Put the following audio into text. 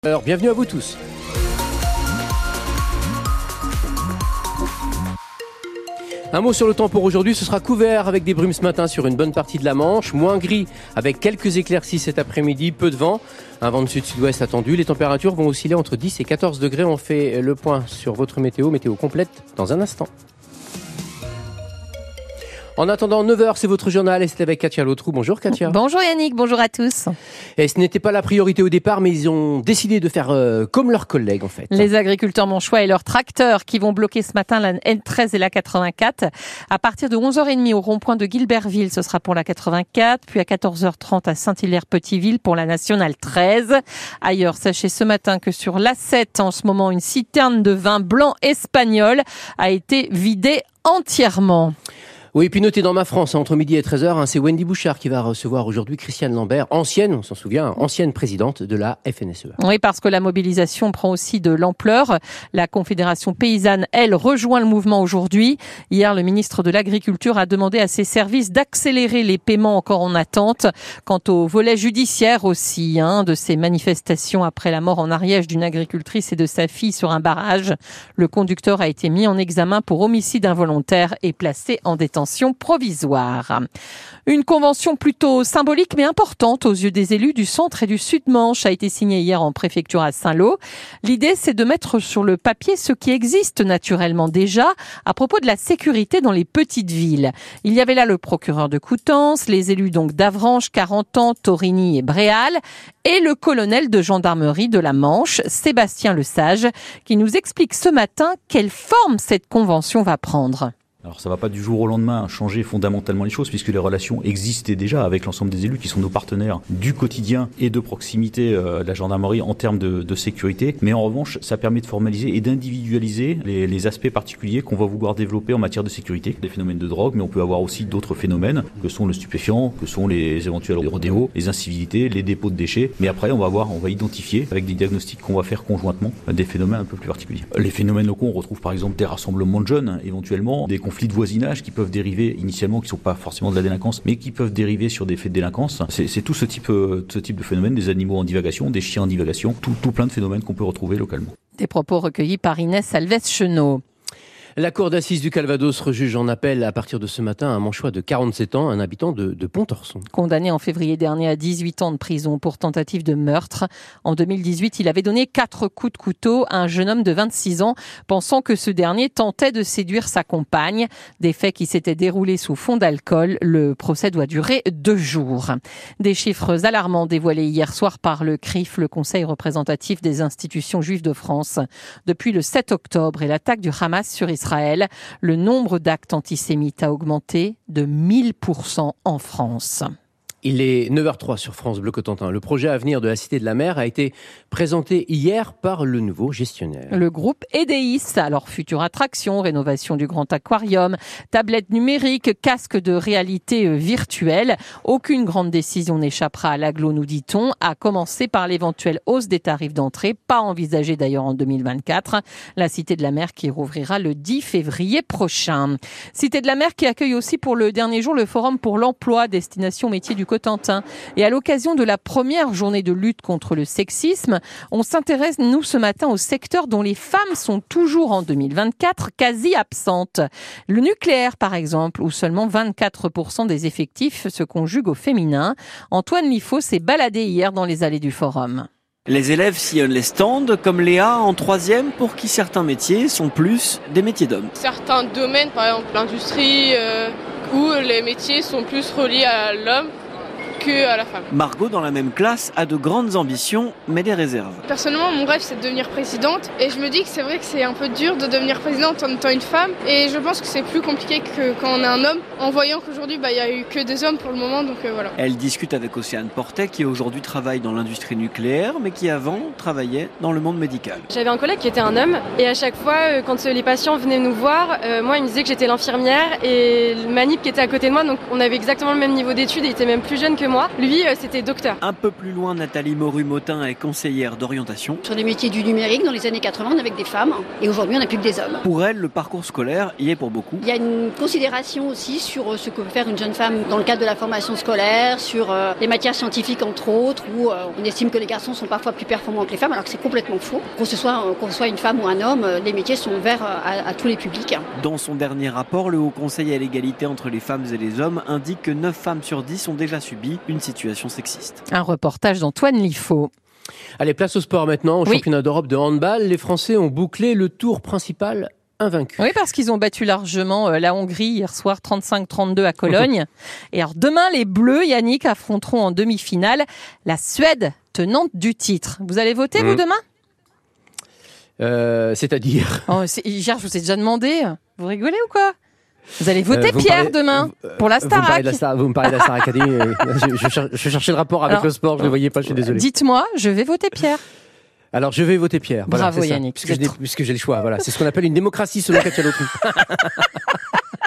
Alors, bienvenue à vous tous. Un mot sur le temps pour aujourd'hui, ce sera couvert avec des brumes ce matin sur une bonne partie de la Manche, moins gris avec quelques éclaircies cet après-midi, peu de vent, un vent de sud-sud-ouest attendu. Les températures vont osciller entre 10 et 14 degrés. On fait le point sur votre météo complète dans un instant. En attendant 9h, c'est votre journal et c'est avec Katia Lautrou. Bonjour Katia. Bonjour Yannick, bonjour à tous. Et ce n'était pas la priorité au départ, mais ils ont décidé de faire comme leurs collègues en fait. Les agriculteurs manchois et leurs tracteurs qui vont bloquer ce matin la N13 et la 84. À partir de 11h30 au rond-point de Guilbertville, ce sera pour la 84, puis à 14h30 à Saint-Hilaire-Petiteville pour la nationale 13. Ailleurs, sachez ce matin que sur l'A7, en ce moment, une citerne de vin blanc espagnol a été vidée entièrement. Oui, et puis notez dans Ma France, entre midi et 13h, c'est Wendy Bouchard qui va recevoir aujourd'hui Christiane Lambert, ancienne, on s'en souvient, ancienne présidente de la FNSEA. Oui, parce que la mobilisation prend aussi de l'ampleur. La Confédération paysanne, elle, rejoint le mouvement aujourd'hui. Hier, le ministre de l'Agriculture a demandé à ses services d'accélérer les paiements encore en attente. Quant au volet judiciaire aussi, de ces manifestations après la mort en Ariège d'une agricultrice et de sa fille sur un barrage, le conducteur a été mis en examen pour homicide involontaire et placé en détention provisoire. Une convention plutôt symbolique mais importante aux yeux des élus du centre et du sud-Manche a été signée hier en préfecture à Saint-Lô. L'idée, c'est de mettre sur le papier ce qui existe naturellement déjà à propos de la sécurité dans les petites villes. Il y avait là le procureur de Coutances, les élus donc d'Avranches, Carentan, Torigny et Bréal et le colonel de gendarmerie de la Manche, Sébastien Lesage, qui nous explique ce matin quelle forme cette convention va prendre. Alors ça ne va pas du jour au lendemain changer fondamentalement les choses puisque les relations existaient déjà avec l'ensemble des élus qui sont nos partenaires du quotidien et de proximité de la gendarmerie en termes de sécurité. Mais en revanche, ça permet de formaliser et d'individualiser les aspects particuliers qu'on va vouloir développer en matière de sécurité. Des phénomènes de drogue, mais on peut avoir aussi d'autres phénomènes que sont le stupéfiant, que sont les éventuels rodéos, les incivilités, les dépôts de déchets. Mais après, on va identifier avec des diagnostics qu'on va faire conjointement des phénomènes un peu plus particuliers. Les phénomènes locaux, on retrouve par exemple des rassemblements de jeunes, éventuellement, des conflits de voisinage qui peuvent dériver initialement, qui ne sont pas forcément de la délinquance, mais qui peuvent dériver sur des faits de délinquance. C'est tout ce type de phénomène, des animaux en divagation, des chiens en divagation, tout plein de phénomènes qu'on peut retrouver localement. Des propos recueillis par Inès Alves-Chenot. La cour d'assises du Calvados rejuge en appel à partir de ce matin un Manchois de 47 ans, un habitant de Pontorson. Condamné en février dernier à 18 ans de prison pour tentative de meurtre. En 2018, il avait donné 4 coups de couteau à un jeune homme de 26 ans, pensant que ce dernier tentait de séduire sa compagne. Des faits qui s'étaient déroulés sous fond d'alcool. Le procès doit durer 2 jours. Des chiffres alarmants dévoilés hier soir par le CRIF, le Conseil représentatif des institutions juives de France. Depuis le 7 octobre et l'attaque du Hamas sur Israël, le nombre d'actes antisémites a augmenté de 1000% en France. Il est 9h03 sur France Bleu Cotentin. Le projet à venir de la Cité de la Mer a été présenté hier par le nouveau gestionnaire. Le groupe EDEIS, alors future attraction, rénovation du grand aquarium, tablettes numériques, casque de réalité virtuelle. Aucune grande décision n'échappera à l'agglo, nous dit-on, à commencer par l'éventuelle hausse des tarifs d'entrée, pas envisagée d'ailleurs en 2024. La Cité de la Mer qui rouvrira le 10 février prochain. Cité de la Mer qui accueille aussi pour le dernier jour le Forum pour l'emploi, destination métier du Cotentin. Et à l'occasion de la première journée de lutte contre le sexisme, on s'intéresse, nous, ce matin, au secteur dont les femmes sont toujours en 2024 quasi absentes. Le nucléaire, par exemple, où seulement 24% des effectifs se conjuguent au féminin. Antoine Liffaut s'est baladé hier dans les allées du Forum. Les élèves sillonnent les stands, comme Léa en 3e, pour qui certains métiers sont plus des métiers d'hommes. Certains domaines, par exemple l'industrie, où les métiers sont plus reliés à l'homme qu'à la femme. Margot, dans la même classe, a de grandes ambitions, mais des réserves. Personnellement, mon rêve, c'est de devenir présidente. Et je me dis que c'est vrai que c'est un peu dur de devenir présidente en étant une femme. Et je pense que c'est plus compliqué que quand on est un homme, en voyant qu'aujourd'hui, il n'y a eu que des hommes pour le moment. Donc voilà. Elle discute avec Océane Portet, qui aujourd'hui travaille dans l'industrie nucléaire, mais qui avant travaillait dans le monde médical. J'avais un collègue qui était un homme. Et à chaque fois, quand les patients venaient nous voir, moi, il me disait que j'étais l'infirmière. Et le manip qui était à côté de moi, donc on avait exactement le même niveau d'études. Il était même plus jeune que moi. Lui, c'était docteur. Un peu plus loin, Nathalie Moru-Motin est conseillère d'orientation. Sur les métiers du numérique, dans les années 80, on avait que des femmes. Et aujourd'hui, on n'a plus que des hommes. Pour elle, le parcours scolaire y est pour beaucoup. Il y a une considération aussi sur ce que peut faire une jeune femme dans le cadre de la formation scolaire, sur les matières scientifiques entre autres, où on estime que les garçons sont parfois plus performants que les femmes, alors que c'est complètement faux. Qu'on soit une femme ou un homme, les métiers sont ouverts à tous les publics. Dans son dernier rapport, le Haut Conseil à l'égalité entre les femmes et les hommes indique que 9 femmes sur 10 ont déjà subi une situation sexiste. Un reportage d'Antoine Liffaut. Allez, place au sport maintenant. Au championnat d'Europe de handball, les Français ont bouclé le tour principal invaincus. Oui, parce qu'ils ont battu largement la Hongrie hier soir 35-32 à Cologne. Et alors demain, les Bleus, Yannick, affronteront en demi-finale la Suède, tenante du titre. Vous allez voter, vous, demain ? C'est-à-dire Hier, je vous ai déjà demandé. Vous rigolez ou quoi ? Vous allez voter Pierre demain pour la Starac. Vous me parlez de la Star Academy. Je cherchais le rapport avec le sport, je ne le voyais pas, je suis désolé. Dites-moi, je vais voter Pierre. Alors, je vais voter Pierre. Voilà, bravo Yannick. Puisque j'ai le choix. Voilà. C'est ce qu'on appelle une démocratie selon Katia Lotou.